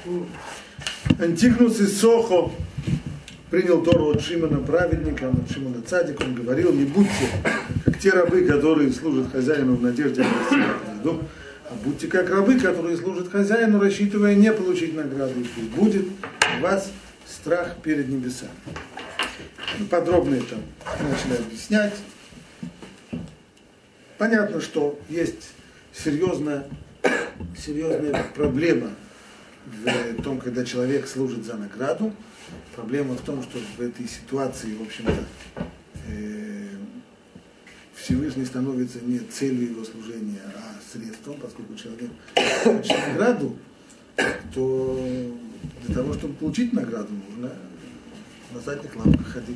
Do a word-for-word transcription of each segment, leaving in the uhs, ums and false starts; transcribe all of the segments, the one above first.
Антигнус из Сохо принял Тору от Шимона праведника, от Шимона цадика. Он говорил: не будьте как те рабы, которые служат хозяину в надежде на награду, а будьте как рабы, которые служат хозяину, рассчитывая не получить награду. И пусть будет у вас страх перед небесами. Ну, подробно это начали объяснять. Понятно, что есть серьезная, серьезная проблема в том, когда человек служит за награду. Проблема в том, что в этой ситуации, в общем-то, э, Всевышний становится не целью его служения, а средством, поскольку человек хочет награду, то для того, чтобы получить награду, нужно на задних лапках ходить.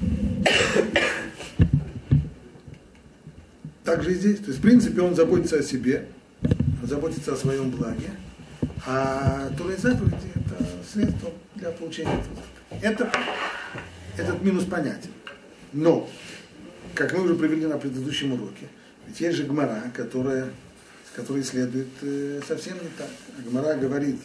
Так же и здесь. То есть, в принципе, он заботится о себе, он заботится о своем благе, а Тора и заповеди – это средство для получения этого. Это, этот минус понятен. Но, как мы уже привели на предыдущем уроке, ведь есть же Гмара, которая, с которой следует э, совсем не так. Гмара говорит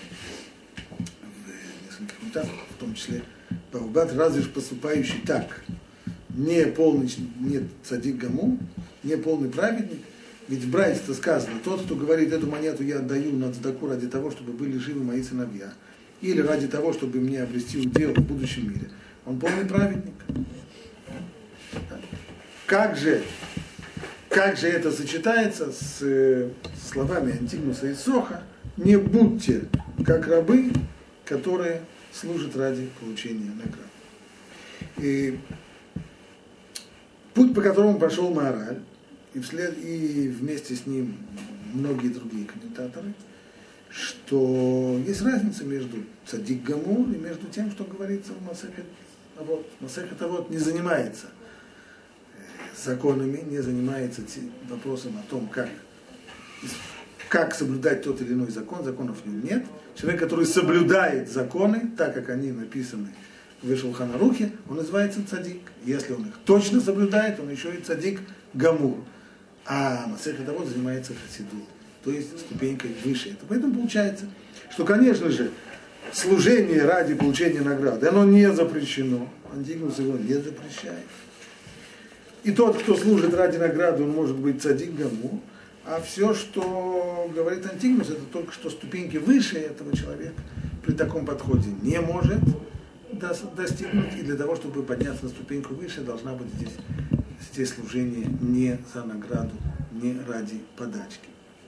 в нескольких местах, в том числе Баубат, разве ж поступающий так, не полный, не цадик гаму, не полный праведник. Ведь в Брайте сказано: тот, кто говорит, эту монету я отдаю на цдаку ради того, чтобы были живы мои сыновья, или ради того, чтобы мне обрести удел в будущем мире, он полный праведник. Как же, как же это сочетается с, с словами Антигнуса и Соха: не будьте как рабы, которые служат ради получения награды. И путь, по которому пошел Маораль, и, вслед, и вместе с ним многие другие комментаторы, что есть разница между цадик гамур и между тем, что говорится в Масехет Авот. Масехет Авот не занимается законами, не занимается вопросом о том, как, как соблюдать тот или иной закон. Законов в нем нет. Человек, который соблюдает законы, так как они написаны в Шулхан Арухе, он называется цадик. Если он их точно соблюдает, он еще и цадик гамур. А Масехет Авот занимается хасидут, то есть ступенькой выше. Это поэтому получается, что, конечно же, служение ради получения награды, оно не запрещено. Антигнус его не запрещает. И тот, кто служит ради награды, он может быть цадик гамур. А все, что говорит Антигнус, это только что ступеньки выше этого человека при таком подходе не может достигнуть. И для того, чтобы подняться на ступеньку выше, должна быть здесь, здесь служение не за награду, не ради подачки.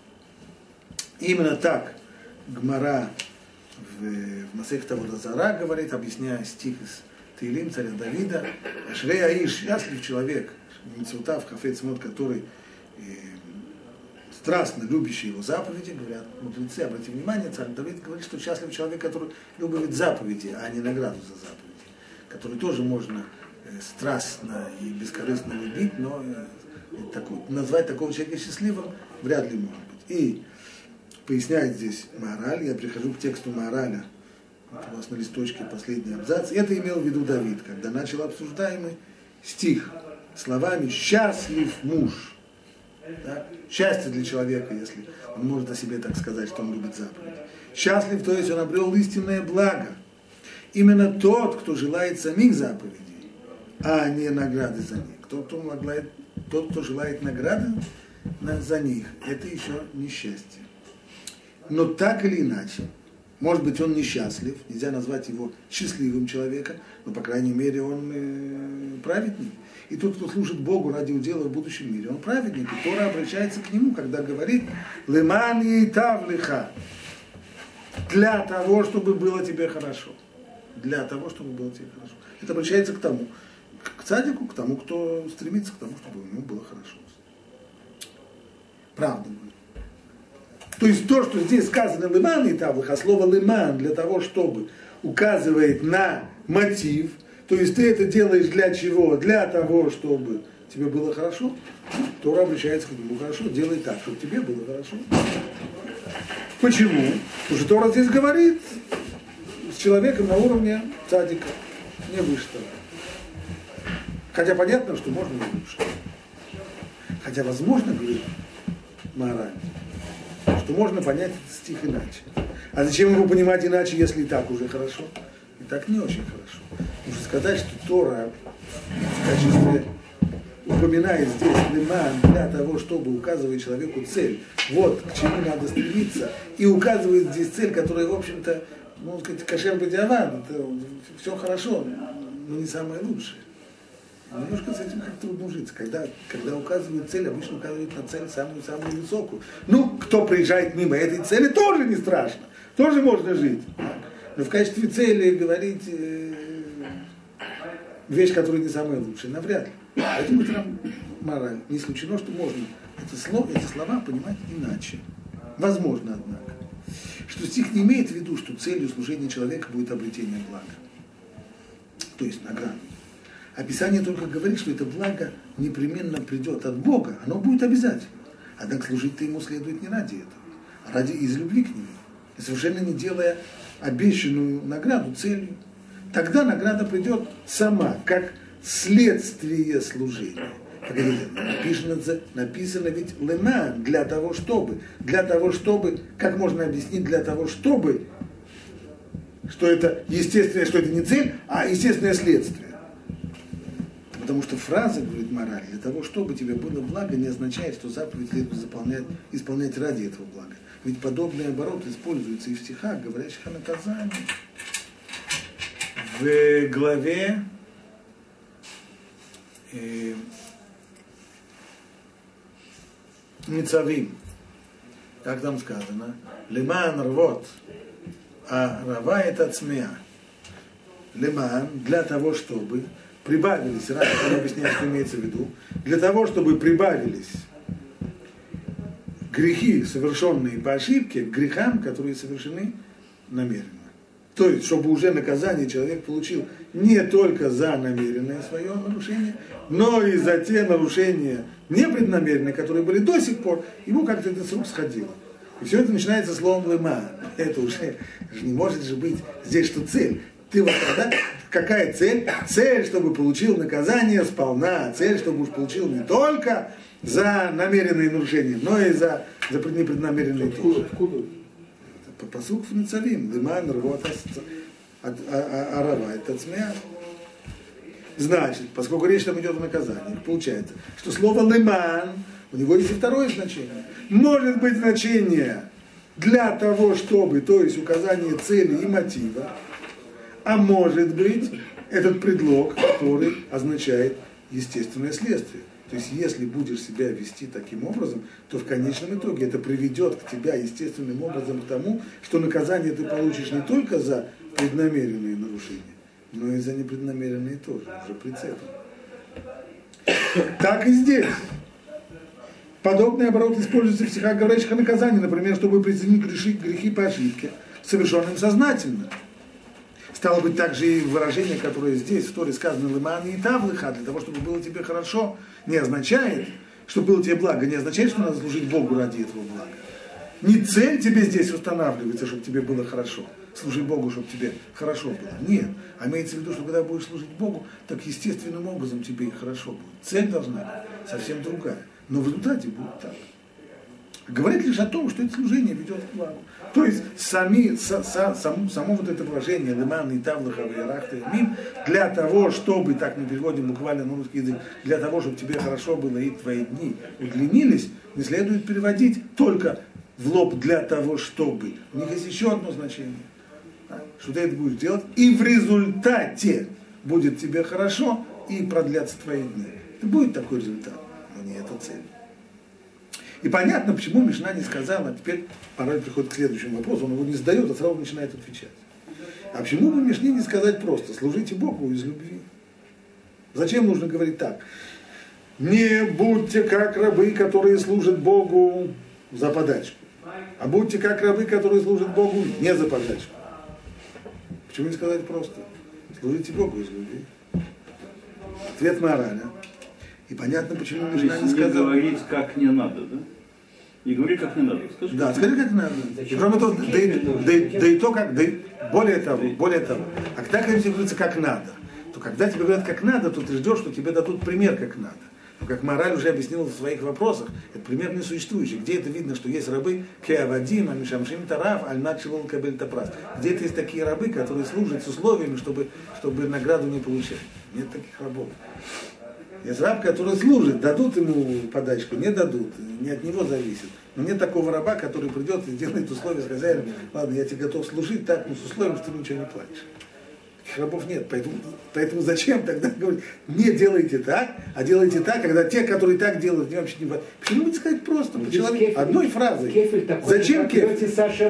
Именно так Гмара в, в Масехет Авода Зара говорит, объясняя стих из Теилим царя Давида: «Ашрей аиш», счастлив человек, мицвотав хафец мод, который э, страстно любящий его заповеди. Говорят мудрецы, обратите внимание, царь Давид говорит, что счастлив человек, который любит заповеди, а не награду за заповеди, который тоже можно э, страстно и бескорыстно любить, но э, такой, назвать такого человека счастливым вряд ли может быть. И поясняет здесь Маораль, я прихожу к тексту Маораля, у вас на листочке последний абзац. Это имел в виду Давид, когда начал обсуждаемый стих словами «счастлив муж». Да? Счастье для человека, если он может о себе так сказать, что он любит заповеди. Счастлив, то есть он обрел истинное благо. Именно тот, кто желает самих заповедей, а не награды за них. Тот, кто, могла, тот, кто желает награды за них, это еще несчастье. Но так или иначе, может быть, он несчастлив, нельзя назвать его счастливым человеком, но, по крайней мере, он э, праведник. И тот, кто служит Богу ради удела в будущем мире, он праведник. И Тора обращается к нему, когда говорит «Леман ейтав леха», для того, чтобы было тебе хорошо. Для того, чтобы было тебе хорошо. Это обращается к тому, к цадику, к тому, кто стремится к тому, чтобы ему было хорошо. Правда. То есть то, что здесь сказано «леман ейтав леха», слово «леман» для того, чтобы указывает на мотив. То есть ты это делаешь для чего? Для того, чтобы тебе было хорошо. Тора обращается к нему: хорошо, делай так, чтобы тебе было хорошо. Почему? Потому что Тора здесь говорит с человеком на уровне цадика, не выше того. Хотя понятно, что можно не выше. Хотя возможно, говорит Маораль, что можно понять этот стих иначе. А зачем его понимать иначе, если и так уже хорошо? И так не очень хорошо. Нужно сказать, что Тора в качестве упоминает здесь леман для того, чтобы указывать человеку цель. Вот к чему надо стремиться. И указывает здесь цель, которая, в общем-то, ну, сказать, кашер бадиаван, это все хорошо, но не самое лучшее. Немножко с этим как трудно житься. Когда, когда указывают цель, обычно указывают на цель самую-самую высокую. Ну, кто приезжает мимо этой цели, тоже не страшно. Тоже можно жить. Но в качестве цели говорить э, вещь, которая не самая лучшая, навряд ли. Поэтому это мораль. Не исключено, что можно это слово, эти слова понимать иначе. Возможно, однако. Что стих не имеет в виду, что целью служения человека будет обретение блага. То есть награда. Описание только говорит, что это благо непременно придет от Бога. Оно будет обязательно. Однако служить-то ему следует не ради этого, а ради из любви к нему. И совершенно не делая обещанную награду целью. Тогда награда придет сама, как следствие служения. Как написано, написано ведь леман, для того, чтобы. Для того, чтобы, как можно объяснить, для того, чтобы, что это естественное, что это не цель, а естественное следствие. Потому что фраза, говорит мораль, для того, чтобы тебе было благо, не означает, что заповедь следует исполнять, исполнять ради этого блага. Ведь подобный оборот используется и в стихах, говорящих о наказании. В главе э, Ницавим, как там сказано, леман рвот, а рава это цмея. Леман для того, чтобы прибавились, раз он объясняет, что имеется в виду, для того, чтобы прибавились грехи, совершенные по ошибке, к грехам, которые совершены намеренно. То есть, чтобы уже наказание человек получил не только за намеренное свое нарушение, но и за те нарушения непреднамеренные, которые были до сих пор, ему как-то это с рук сходило. И все это начинается словом лема. Это уже не может же быть здесь что цель. Ты вот тогда, какая цель? Цель, чтобы получил наказание сполна. Цель, чтобы уж получил не только за намеренные нарушения, но и за, за непреднамеренные тоже. Откуда? Это посук в Ницавим. Лиман, рвот, арава. Это цмея. Значит, поскольку речь там идет о наказании, получается, что слово лиман, у него есть и второе значение. Может быть значение для того, чтобы, то есть указание цели и мотива, а может быть, этот предлог, который означает естественное следствие. То есть, если будешь себя вести таким образом, то в конечном итоге это приведет к тебе естественным образом к тому, что наказание ты получишь не только за преднамеренные нарушения, но и за непреднамеренные тоже, уже прицепом. Так и здесь. Подобный оборот используется в стихах, говорящих о наказании, например, чтобы присоединить грехи, грехи по ошибке, совершенным сознательно. Стало быть, также и выражение, которое здесь в Торе сказано «леман и тавлыха», для того, чтобы было тебе хорошо, не означает, что было тебе благо, не означает, что надо служить Богу ради этого блага. Не цель тебе здесь устанавливается, чтобы тебе было хорошо, служи Богу, чтобы тебе хорошо было. Нет, а имеется в виду, что когда будешь служить Богу, так естественным образом тебе и хорошо будет. Цель должна быть совсем другая, но в результате будет так. Говорит лишь о том, что это служение ведет к благу. То есть сами, со, со, само, само вот это выражение «леман и тавлыха веярахта мим» для того, чтобы, так мы переводим буквально на русский язык, для того, чтобы тебе хорошо было и твои дни удлинились, не следует переводить только в лоб «для того, чтобы». У них есть еще одно значение, что ты это будешь делать, и в результате будет тебе хорошо и продлятся твои дни. Это будет такой результат, но не эта цель. И понятно, почему Мишна не сказала, а теперь пора приходит к следующему вопросу, он его не задает, а сразу начинает отвечать. А почему бы Мишне не сказать просто, служите Богу из любви? Зачем нужно говорить так? Не будьте как рабы, которые служат Богу за подачку, а будьте как рабы, которые служат Богу не за подачку. Почему не сказать просто? Служите Богу из любви. Ответ морали. И понятно, почему Мишна не сказала. Не говорить, как не надо, да? Не говори, как не надо. Скажи, да, скажи, как надо. И кроме того, да, и, да, и, да и то, как, да и, более того, более того, а когда тебе говорится, как надо, то когда тебе говорят, как надо, то ты ждешь, что тебе дадут пример, как надо. Но как Мораль уже объяснил в своих вопросах, это пример несуществующий. Где это видно, что есть рабы Кеавадима, Мишамшим Тараф, Аль-Начивал Кабель Тапрас. Где это есть такие рабы, которые служат с условиями, чтобы, чтобы награду не получать. Нет таких рабов. Есть раб, который служит, дадут ему подачку, не дадут, не от него зависит. Но нет такого раба, который придет и сделает условия с хозяином, ладно, я тебе готов служить так, но с условием, что ты ничего не платишь. Таких рабов нет, поэтому, поэтому зачем тогда говорить, не делайте так, а делайте так, когда те, которые так делают, не вообще не платят. Почему не сказать просто, по человеку, одной фразой? Кефель такой, зачем кефель?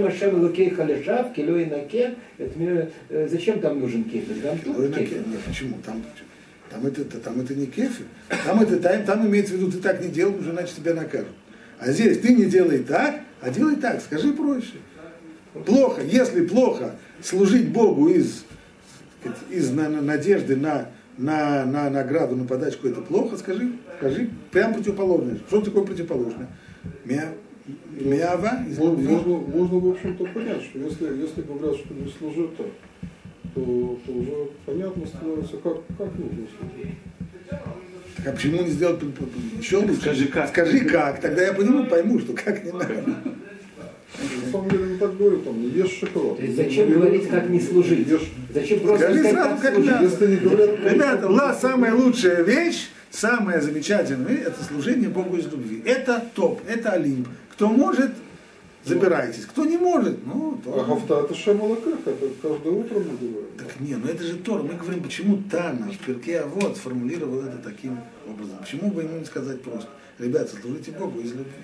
Зачем там нужен кефель? Там тут кефель. Нет, почему? Там, там, это, там это не кефель. Там, это, там, там имеется в виду, ты так не делал, уже иначе тебя накажут. А здесь ты не делай так, а делай так, скажи проще. Плохо, если плохо служить Богу из, из на, на, надежды на, на, на награду, на подачку, это плохо, скажи, скажи прям противоположное. Что такое противоположное? Мя, мява из любви. Можно, можно, в общем-то, понять, что если, если говорят, что не служи так, то, то уже понятно становится, как, как нужно служить. Так, а почему не сделать еще лучше? Скажи как. Скажи как, тогда я пойму, пойму, что как не надо. На самом деле мы так говорим, там, не ешь шоколад. То есть зачем говорить, как не служить? Ешь... Зачем просто Скажи сказать, сразу, как служить? надо. Если не говорят, Ребята, ла, самая лучшая вещь, самая замечательная вещь, это служение Богу из любви. Это топ, это Олимп. Кто может, забирайтесь. Кто не может, ну, то... А гафта это шамалаках, это каждое утро мы говорим. Так не, ну это же Тора. Мы говорим, почему Тана в Перке Авот сформулировал это таким образом. Почему бы ему не сказать просто? Ребята, служите Богу из любви.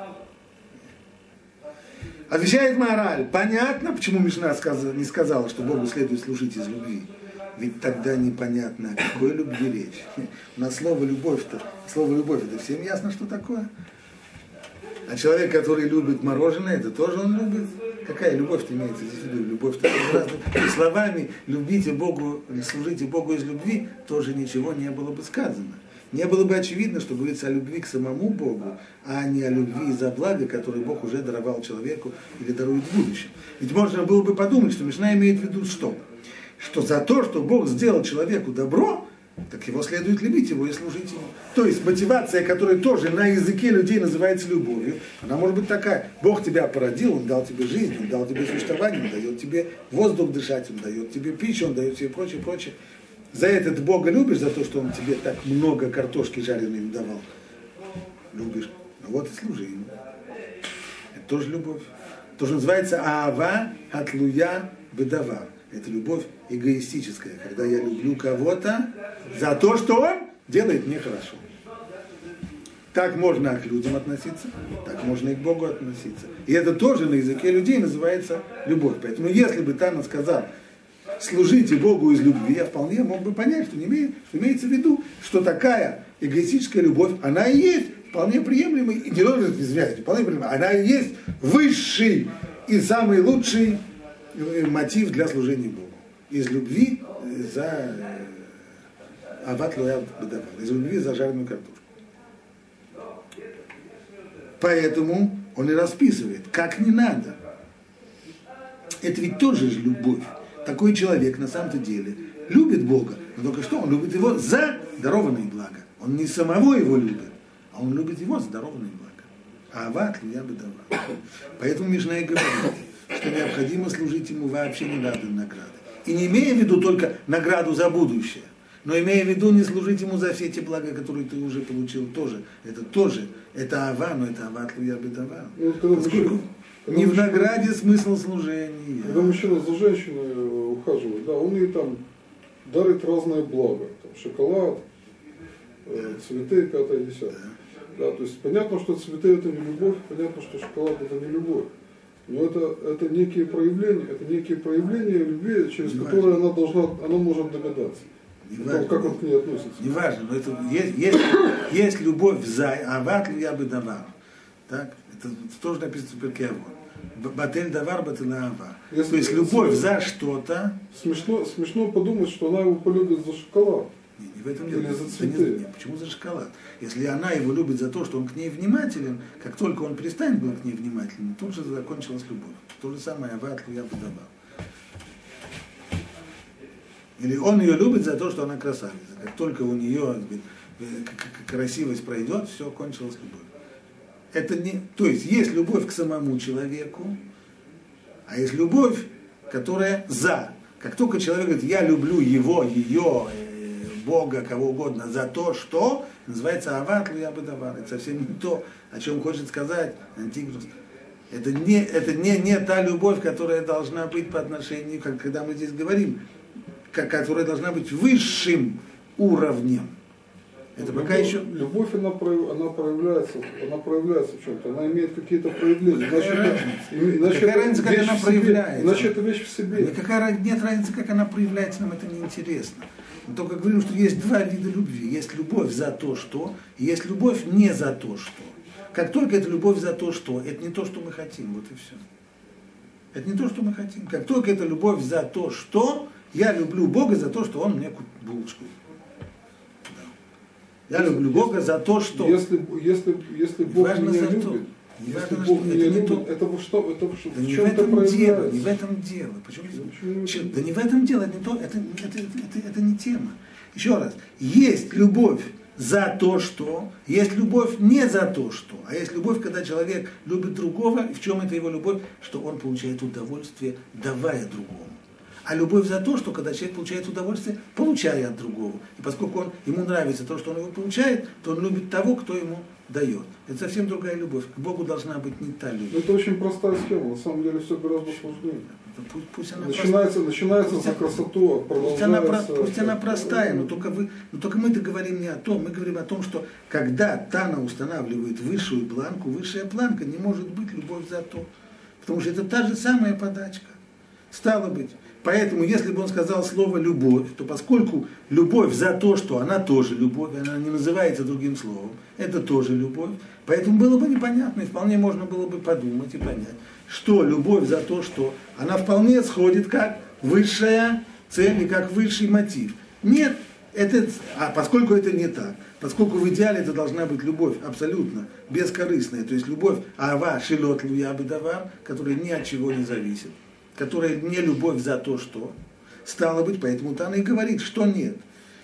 Отвечает Мораль. Понятно, почему Мишна не сказала, что Богу следует служить из любви. Ведь тогда непонятно, о какой любви речь. У нас слово «любовь»-то, слово «любовь» это всем ясно, что такое. А человек, который любит мороженое, это тоже он любит. Какая любовь-то имеется здесь в виду? Любовь-то разными словами «любите Богу, служите Богу из любви» тоже ничего не было бы сказано. Не было бы очевидно, что говорится о любви к самому Богу, а не о любви из-за блага, которое Бог уже даровал человеку или дарует в будущем. Ведь можно было бы подумать, что Мишна имеет в виду что? Что за то, что Бог сделал человеку добро, так его следует любить его и служить ему. То есть мотивация, которая тоже на языке людей называется любовью, она может быть такая. Бог тебя породил, Он дал тебе жизнь, Он дал тебе существование, Он дает тебе воздух дышать, Он дает тебе пищу, Он дает тебе прочее, прочее. За это ты Бога любишь, за то, что Он тебе так много картошки жареной давал. Любишь. Ну вот и служи Ему. Это тоже любовь. Тоже называется Аава Атлуя Бедава. Это любовь эгоистическая, когда я люблю кого-то за то, что он делает мне хорошо. Так можно к людям относиться, так можно и к Богу относиться. И это тоже на языке людей называется любовь. Поэтому если бы Тана сказал, служите Богу из любви, я вполне мог бы понять, что, не имеет, что имеется в виду, что такая эгоистическая любовь, она и есть вполне приемлемой, и не должен извиняюсь, вполне приемлемой, она и есть высший и самый лучший мотив для служения Богу. Из любви за ават лоя бедавар, из любви за жареную картошку. Поэтому он и расписывает, как не надо. Это ведь тоже же любовь. Такой человек на самом-то деле любит Бога, но только что он любит его за дарованные блага. Он не самого его любит, а он любит его за дарованные блага. А ават лоя бедавар. Поэтому Мишна и говорит, что необходимо служить ему вообще не надо награды. И не имея в виду только награду за будущее, но имея в виду не служить ему за все те блага, которые ты уже получил тоже. Это тоже, это ава, но это ава тлуя бедава. Поскольку не в награде смысл служения. Когда мужчина за женщиной ухаживает, да, он ей там дарит разные блага. Там, шоколад, цветы, пятое, десятое. Да. Да, то есть понятно, что цветы это не любовь, понятно, что шоколад это не любовь. Но это, это некие проявления, это некие проявления любви, через не которые важно. Она должна, она может догадаться. Не важно, как он к ней относится. Не важно, но это есть, есть, есть любовь за ават я бы давар. Так? Это тоже написано в Перке Авот. Батель давар, батель ава. То есть любовь за что-то. Смешно, смешно подумать, что она его полюбит за шоколад. Не, не в этом дело. Или за цветы. Не, не, почему за шоколад? Если она его любит за то, что он к ней внимателен, как только он перестанет быть к ней внимательным, тут же закончилась любовь. То же самое ават я бы давал. Или он ее любит за то, что она красавица. Как только у нее красивость пройдет, все кончилось любовью. Это не, то есть есть любовь к самому человеку, а есть любовь, которая за. Как только человек говорит, я люблю его, ее, Бога, кого угодно, за то, что, называется ават луя бедавар. Это совсем не то, о чем хочет сказать Антигрус. Это не, это не, не та любовь, которая должна быть по отношению, как, когда мы здесь говорим, как, которая должна быть высшим уровнем. Это любовь, пока еще... Любовь, она, она, проявляется, она проявляется в чем-то, она имеет какие-то проявления. Какая иначе, разница? иначе Какая разница, как она проявляется? Иначе это вещь в себе. Никакая, нет разницы, как она проявляется, нам это не интересно. Мы только говорим, что есть два вида любви. Есть любовь за то, что, и есть любовь не за то, что. Как только это любовь за то, что, это не то, что мы хотим, вот и все. Это не то, что мы хотим. Как только это любовь за то, что, я люблю Бога за то, что Он мне булочку. Да. Я люблю Бога за то, что. Если, если, если Бог важно меня за любит, то. если важно, Бог что меня это не любит, то. это что, это что, Да в не в чем-то этом дело, проявляется. не в этом дело. Почему? Почему? Чем? Да не в этом дело, это не то, это, это, это, это не тема. Еще раз, есть любовь за то, что, есть любовь не за то, что, а есть любовь, когда человек любит другого, и в чем это его любовь, что он получает удовольствие, давая другому. А любовь за то, что когда человек получает удовольствие, получая от другого. И поскольку он, ему нравится то, что он его получает, то он любит того, кто ему дает. Это совсем другая любовь. К Богу должна быть не та любовь. Но это очень простая схема, на самом деле все гораздо сложнее. Пусть, пусть она Начинается, прост... начинается пусть за красоту, а пусть она, продолжается... пусть она простая, но только, вы, но только мы-то говорим не о том, мы говорим о том, что когда Тана устанавливает высшую планку, высшая планка не может быть любовь за то. Потому что это та же самая подачка. Стало быть. Поэтому, если бы он сказал слово «любовь», то поскольку любовь за то, что она тоже любовь, она не называется другим словом, это тоже любовь, поэтому было бы непонятно, и вполне можно было бы подумать и понять, что любовь за то, что она вполне сходит как высшая цель и как высший мотив. Нет, это, а поскольку это не так, поскольку в идеале это должна быть любовь абсолютно бескорыстная, то есть любовь ава шилот луя бедавар, которая ни от чего не зависит, которая не любовь за то, что, стало быть, поэтому Тана и говорит, что нет.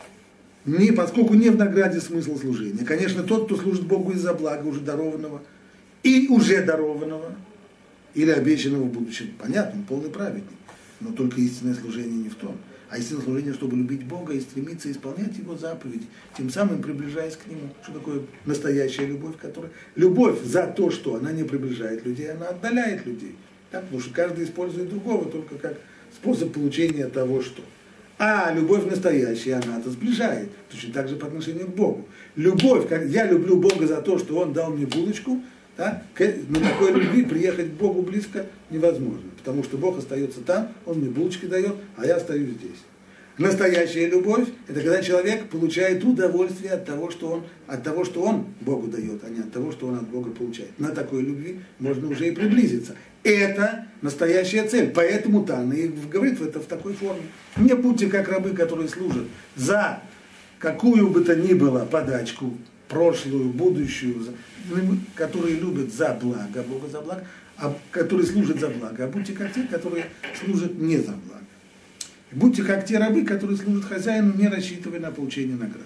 Не, поскольку не в награде смысл служения. Конечно, тот, кто служит Богу из-за блага уже дарованного, и уже дарованного, или обещанного в будущем, понятно, он полный праведник. Но только истинное служение не в том. А истинное служение, чтобы любить Бога и стремиться исполнять Его заповеди, тем самым приближаясь к Нему. Что такое настоящая любовь, которая... Любовь за то, что она не приближает людей, она отдаляет людей. Так? Потому что каждый использует другого только как способ получения того, что. А любовь настоящая, она это сближает. Точно так же по отношению к Богу. Любовь, как я люблю Бога за то, что Он дал мне булочку, да, на такой любви приехать к Богу близко невозможно. Потому что Бог остается там, Он мне булочки дает, а я остаюсь здесь. Настоящая любовь – это когда человек получает удовольствие от того, что он, от того, что он Богу дает, а не от того, что он от Бога получает. На такой любви можно уже и приблизиться. Это настоящая цель. Поэтому Тана и говорит это в такой форме. Не будьте как рабы, которые служат за какую бы то ни было подачку, прошлую, будущую, которые любят за благо, Бога за благо, а которые служат за благо. А будьте как те, которые служат не за благо. Будьте как те рабы, которые служат хозяину, не рассчитывая на получение награды.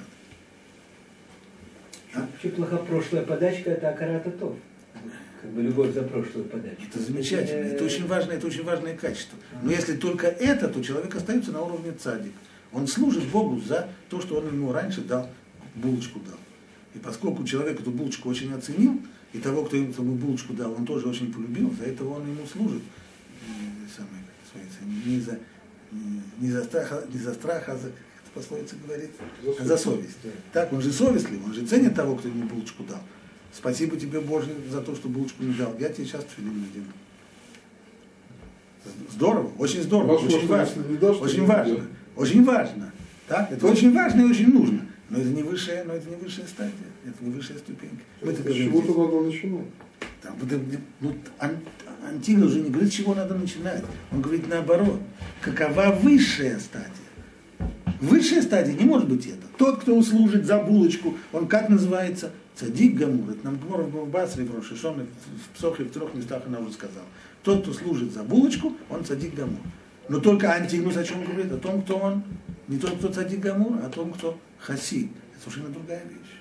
А? Чуть плохо прошлая подачка, это акарата тов. Как бы любовь за прошлую подачку. Это замечательно, это очень важное, это очень важное качество. Но если только это, то человек остается на уровне цадик. Он служит Богу за то, что он ему раньше дал, булочку дал. И поскольку человек эту булочку очень оценил, и того, кто ему эту булочку дал, он тоже очень полюбил, за этого он ему служит. И, самое, как не за Не за страх, не за страх, а за, как пословица говорит, а за совесть. Так, он же совестлив, он же ценит того, кто ему булочку дал. Спасибо тебе, Боже, за то, что булочку не дал. Я тебе сейчас тфилин надену. Здорово, очень здорово, Может, очень важно. Дашь, очень важно, делать. очень важно. Так? Это очень важно и очень нужно. Но это не высшая, но это не высшая стадия, это не высшая ступенька. С чего-то надо начинать. Там, ну, Антигрус уже не говорит, с чего надо начинать. Он говорит наоборот. Какова высшая стадия? Высшая стадия не может быть это. Тот, кто служит за булочку, он как называется? Цадик Гамур. Это нам Гмор в Басре, в Рошишоне, в Псохе, в трех местах она уже сказала. Тот, кто служит за булочку, он цадик Гамур. Но только Антигрус о чем говорит? О том, кто он. Не тот, кто цадик Гамур, а о том, кто хасид. Совершенно другая вещь.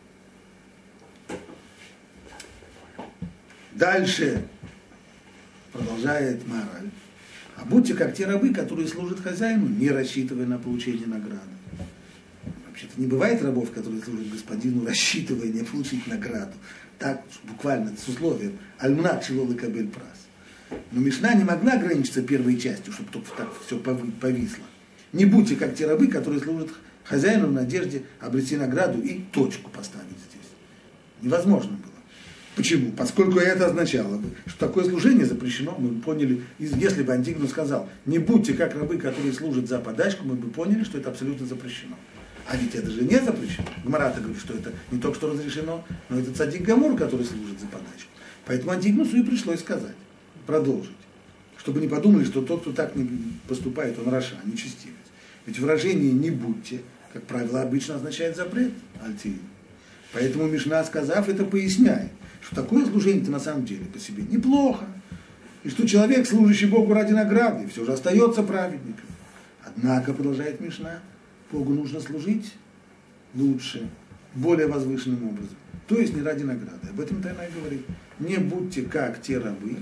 Дальше продолжает мораль. А будьте как те рабы, которые служат хозяину, не рассчитывая на получение награды. Вообще-то не бывает рабов, которые служат господину, рассчитывая не получить награду. Так, буквально, с условием. Альмнак шилол и кабель прас. Но Мишна не могла ограничиться первой частью, чтобы только так все повисло. Не будьте как те рабы, которые служат хозяину в надежде обрести награду и точку поставить здесь. Невозможно было. Почему? Поскольку это означало бы, что такое служение запрещено, мы бы поняли, если бы Антигну сказал, не будьте как рабы, которые служат за подачку, мы бы поняли, что это абсолютно запрещено. А ведь это же не запрещено. Гмара-то говорит, что это не только что разрешено, но это цадик Гамур, который служит за подачку. Поэтому Антигнусу и пришлось сказать, продолжить. Чтобы не подумали, что тот, кто так не поступает, он раша, нечестивец. Ведь выражение «не будьте», как правило, обычно означает запрет, альтиин. Поэтому Мишна, сказав это, поясняет, что такое служение-то на самом деле по себе неплохо. И что человек, служащий Богу ради награды, все же остается праведником. Однако, продолжает Мишна, Богу нужно служить лучше, более возвышенным образом. То есть не ради награды. Об этом Тайна говорит. Не будьте как те рабы.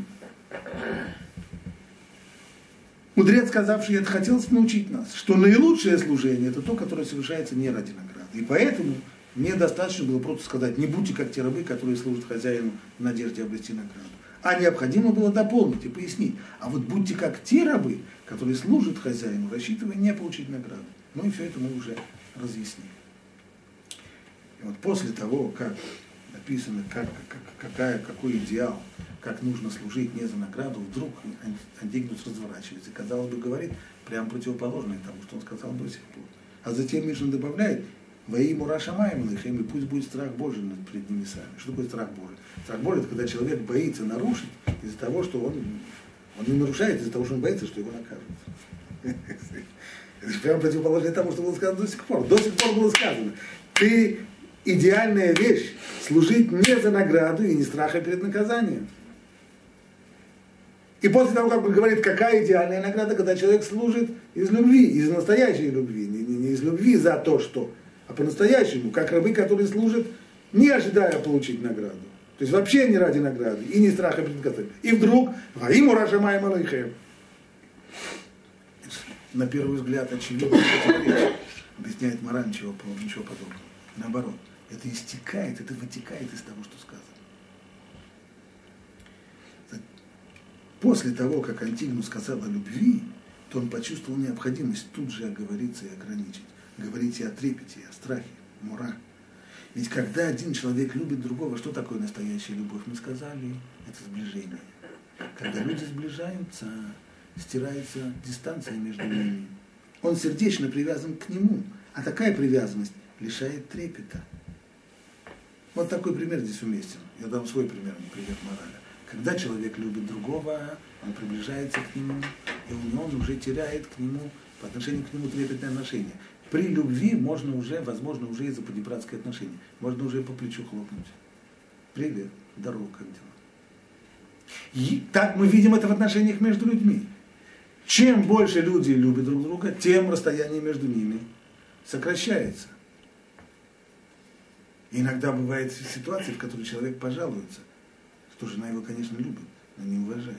Мудрец, сказавший это, хотел научить нас, что наилучшее служение это то, которое совершается не ради награды. И поэтому мне достаточно было просто сказать, не будьте как те рабы, которые служат хозяину в надежде обрести награду. А необходимо было дополнить и пояснить. А вот будьте как те рабы, которые служат хозяину, рассчитывая не получить награду. Ну и все это мы уже разъяснили. И вот после того, как написано, как, как, какая, какой идеал, как нужно служить не за награду, вдруг Антигнус разворачивается и, казалось бы, говорит прямо противоположное тому, что он сказал до сих пор. А затем Мишна добавляет, «Ваиму рашамаем лыхем», и пусть будет страх Божий над перед ними сами. Что такое страх Божий? Страх Божий – это когда человек боится нарушить из-за того, что он, он не нарушает, из-за того, что он боится, что его накажут. Это же прямо противоположное тому, что было сказано до сих пор. До сих пор было сказано, ты идеальная вещь, служить не за награду и не страха перед наказанием. И после того, как он говорит, какая идеальная награда, когда человек служит из любви, из настоящей любви, не, не, не из любви за то, что, а по-настоящему, как рабы, которые служат, не ожидая получить награду. То есть вообще не ради награды и не страха перед наказанием. И вдруг, «Ваиму рашамаем алейхем». На первый взгляд очевидно, объясняет мораль, ничего, ничего подобного. Наоборот, это истекает, это вытекает из того, что сказано. После того, как Антигнус сказал о любви, то он почувствовал необходимость тут же оговориться и ограничить. Говорить и о трепете, и о страхе, мура. Ведь когда один человек любит другого, что такое настоящая любовь? Мы сказали, это сближение. Когда люди сближаются, стирается дистанция между ними. Он сердечно привязан к нему, а такая привязанность лишает трепета. Вот такой пример здесь уместен. Я дам свой пример, пример морали. Когда человек любит другого, он приближается к нему, и он уже теряет к нему, по отношению к нему трепетное отношение. При любви можно уже, возможно, уже из-за понебратское отношение, можно уже по плечу хлопнуть. Привет, здорово, как дела? И так мы видим это в отношениях между людьми. Чем больше люди любят друг друга, тем расстояние между ними сокращается. И иногда бывают ситуации, в которых человек пожалуется, что жена его, конечно, любит, но не уважает.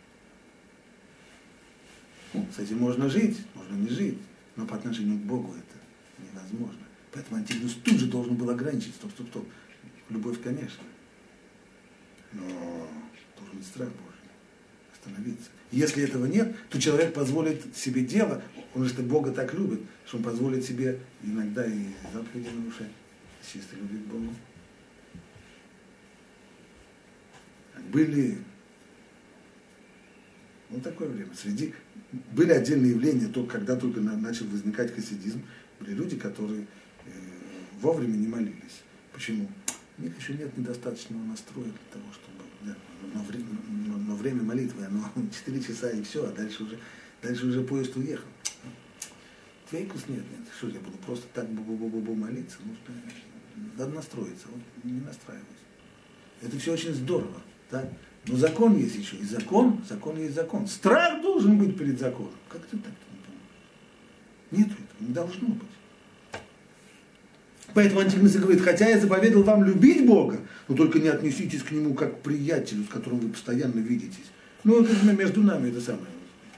Ну, с этим можно жить, можно не жить, но по отношению к Богу это невозможно. Поэтому Антигнус тут же должен был ограничить, стоп, стоп, стоп. Любовь, конечно, но должен быть страх Божий, остановиться. Если этого нет, то человек позволит себе дело, он же Бога так любит, что он позволит себе иногда и заповеди нарушать, с чистой любви к Богу. Были, ну, такое время, среди, были отдельные явления, только, когда только на, начал возникать хасидизм, были люди, которые э, вовремя не молились. Почему? У них еще нет недостаточного настроя для того, чтобы, да, но, но, но время молитвы, оно четыре часа и все, а дальше уже, дальше уже поезд уехал. Твейкус нет, нет, что я буду просто так бу-бу-бу-бу молиться, нужно, надо настроиться, вот не настраивайся. Это все очень здорово. Так? Но закон есть еще. И закон, закон есть закон. Страх должен быть перед законом. Как ты так не понимаешь? Нет этого, не должно быть. Поэтому антигност говорит, хотя я заповедал вам любить Бога, но только не отнеситесь к Нему как к приятелю, с которым вы постоянно видитесь. Ну, вот между нами это самое.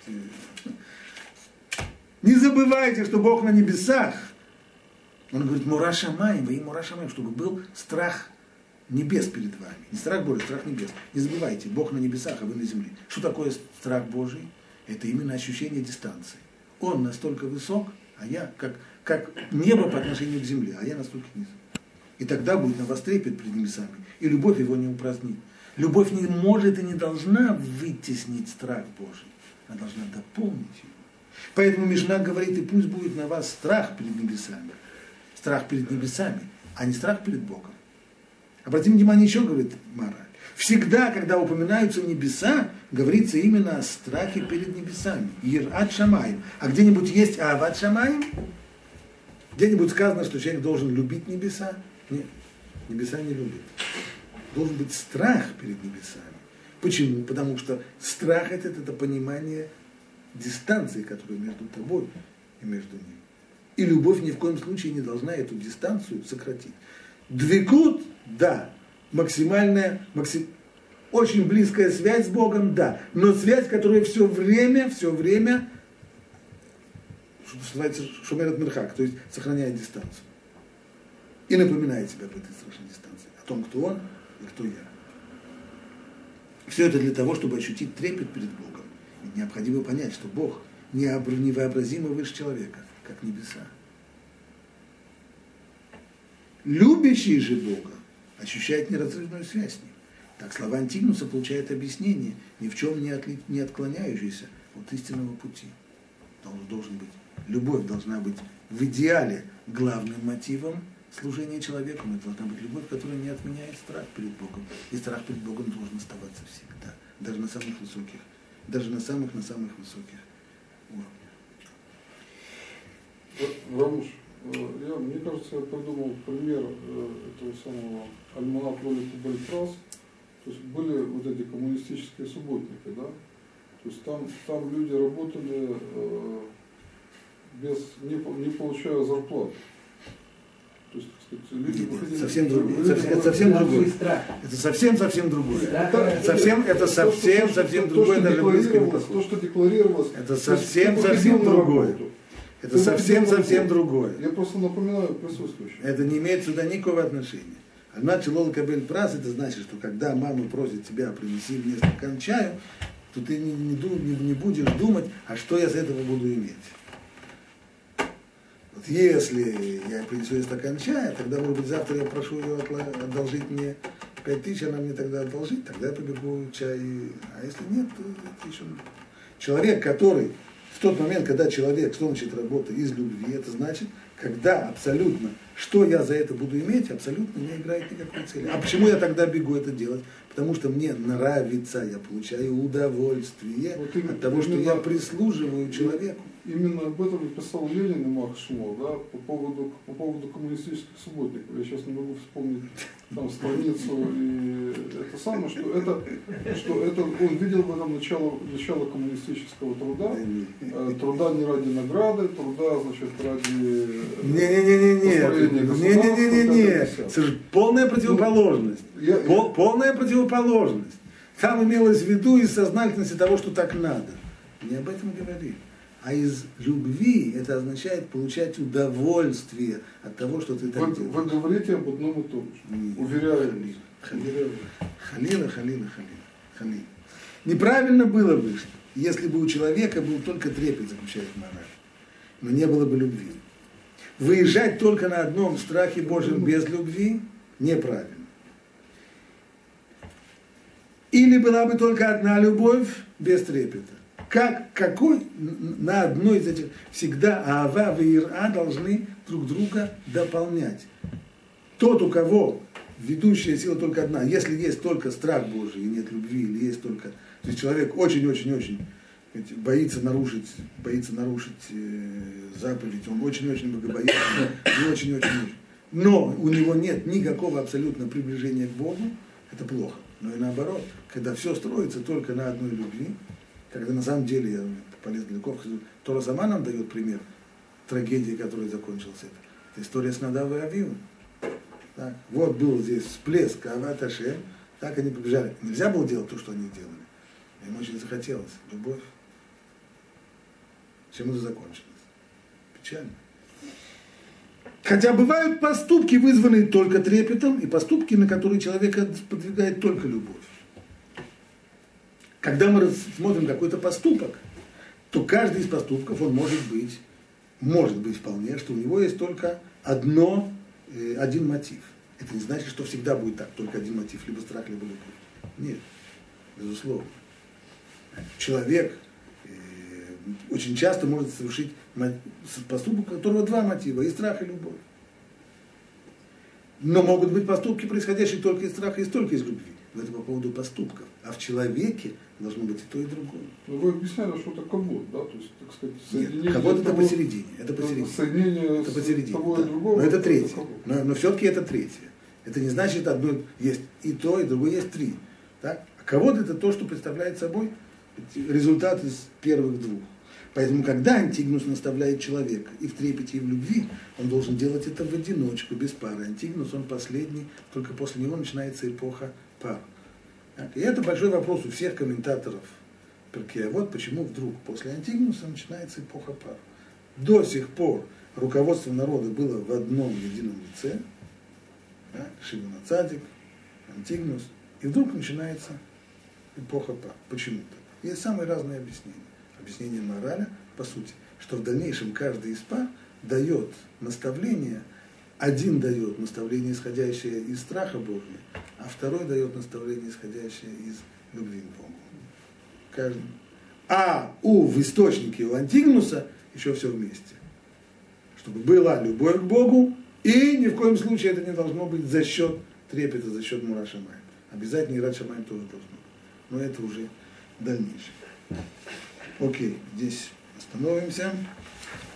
Не забывайте, что Бог на небесах. Он говорит, Мора Шамаим, вы и Мора Шамаим, чтобы был страх небес перед вами. Не страх Божий, страх небес. Не забывайте, Бог на небесах, а вы на земле. Что такое страх Божий? Это именно ощущение дистанции. Он настолько высок, а я как, как небо по отношению к земле, а я настолько низок. И тогда будет на вас трепет перед небесами, и любовь его не упразднит. Любовь не может и не должна вытеснить страх Божий, она должна дополнить его. Поэтому Мишна говорит, и пусть будет на вас страх перед небесами. Страх перед небесами, а не страх перед Богом. Обратим внимание, еще говорит Мара. Всегда, когда упоминаются небеса, говорится именно о страхе перед небесами. Ират Шамаим. А где-нибудь есть Ават Шамаим? Где-нибудь сказано, что человек должен любить небеса? Нет, небеса не любит. Должен быть страх перед небесами. Почему? Потому что страх это, это понимание дистанции, которая между тобой и между ним. И любовь ни в коем случае не должна эту дистанцию сократить. Двекут, да, максимальная, максим... очень близкая связь с Богом, да, но связь, которая все время, все время, что называется, шумерет мирхак, то есть сохраняет дистанцию. И напоминает себя об этой страшной дистанции, о том, кто он и кто я. Все это для того, чтобы ощутить трепет перед Богом. И необходимо понять, что Бог невообразимо выше человека, как небеса. Любящий же Бога ощущает неразрывную связь с Ним. Так слова Антигнуса получают объяснение, ни в чем не, отли... не отклоняющееся от истинного пути. Должен, должен быть. Любовь должна быть в идеале главным мотивом служения человеку. Это должна быть любовь, которая не отменяет страх перед Богом. И страх перед Богом должен оставаться всегда. Даже на самых высоких, даже на самых, на самых высоких уровнях. Рамуш, я, мне кажется, я придумал пример этого самого Альманат Лолита Бальтрас. То есть были вот эти коммунистические субботники, да? То есть там, там люди работали э, без, не, не получая зарплаты. То есть, так сказать, люди выходили... Совсем другое. Это совсем другое. Это совсем-совсем другое. Это совсем, это совсем, совсем другое даже близко. То, что декларировалось... Это совсем-совсем другое. Это совсем-совсем другое. Я просто напоминаю присутствующим. Это не имеет сюда никакого отношения. Альмат Шилол Кабель Прас, это значит, что когда мама просит тебя принеси мне стакан чаю, то ты не, не, не, не будешь думать, а что я с этого буду иметь. Вот если я принесу ей стакан чая, тогда, может быть, завтра я прошу ее одолжить мне пять тысяч, она мне тогда одолжит, тогда я побегу чай. А если нет, то это еще... Человек, который в тот момент, когда человек стончит работу из любви, это значит, когда абсолютно, что я за это буду иметь, абсолютно не играет никакой цели. А почему я тогда бегу это делать? Потому что мне нравится, я получаю удовольствие вот именно, от того, что я прислуживаю человеку. Именно об этом писал Ленин и Макс Шмо, да, по поводу, по поводу коммунистических субботников. Я сейчас не могу вспомнить там страницу и это самое, что это, что это он видел в этом начало, начало коммунистического труда, э, труда не ради награды, труда, значит, ради Не-не-не-не-не, не-не-не-не-не, это же полная противоположность, я, Пол, я... полная противоположность. Там имелось в виду из сознательности того, что так надо. Не об этом говори. А из любви это означает получать удовольствие от того, что ты так вы, делаешь. Вы говорите об одном и том же. Нет, уверяю. Халила, халила, халила, халила, халила. Неправильно было бы, если бы у человека был только трепет, заключает мораль, но не было бы любви. Выезжать только на одном страхе Божьем без любви неправильно. Или была бы только одна любовь без трепета. Как, какой на одной из этих всегда Аава и Ира должны друг друга дополнять. Тот, у кого ведущая сила только одна, если есть только страх Божий и нет любви, или есть только... То есть человек очень-очень-очень боится нарушить, боится нарушить заповедь, он очень-очень богобоязненный, и очень-очень-очень. Но у него нет никакого абсолютно приближения к Богу, это плохо. Но и наоборот, когда все строится только на одной любви, когда на самом деле, я полез далеко, Тора сама нам дает пример трагедии, которая закончилась это. Это история с Надавом и Авиу. Так, вот был здесь всплеск Ават Ашем, так они побежали. Нельзя было делать то, что они делали. Им очень захотелось. Любовь. Чем это закончилось? Печально. Хотя бывают поступки, вызванные только трепетом, и поступки, на которые человека подвигает только любовь. Когда мы смотрим какой-то поступок, то каждый из поступков, он может быть, может быть вполне, что у него есть только одно, э, один мотив. Это не значит, что всегда будет так, только один мотив, либо страх, либо любовь. Нет, безусловно. Человек э, очень часто может совершить поступок, у которого два мотива, и страх, и любовь. Но могут быть поступки, происходящие только из страха, и только из любви. Это по поводу поступков. А в человеке должно быть и то, и другое. Но вы объясняли, что это кабот, да? То есть, так сказать, соединение... Нет, кабот это того, посередине. Это посередине. Соединение это посередине, того да. и другого. Но это третье. Это но, но все-таки это третье. Это не значит, одно есть и то, и другое есть три. Так? А кабот это то, что представляет собой результат из первых двух. Поэтому, когда Антигнус наставляет человека и в трепете, и в любви, он должен делать это в одиночку, без пары. Антигнус, он последний, только после него начинается эпоха пар. Так? И это большой вопрос у всех комментаторов Перкея. Вот почему вдруг после Антигнуса начинается эпоха пар. До сих пор руководство народа было в одном едином лице, так? Шимон ха-Цадик, Антигнус, и вдруг начинается эпоха пар. Почему так? Есть самые разные объяснения. Объяснение мораля, по сути, что в дальнейшем каждый из пар дает наставление, один дает наставление, исходящее из страха Божьего, а второй дает наставление, исходящее из любви к Богу. Каждый. А у в источнике, у Антигнуса еще все вместе. Чтобы была любовь к Богу, и ни в коем случае это не должно быть за счет трепета, за счет Мура Шамаим. Обязательно и Ират Шамаим тоже должно быть. Но это уже дальнейшее. Окей, здесь остановимся.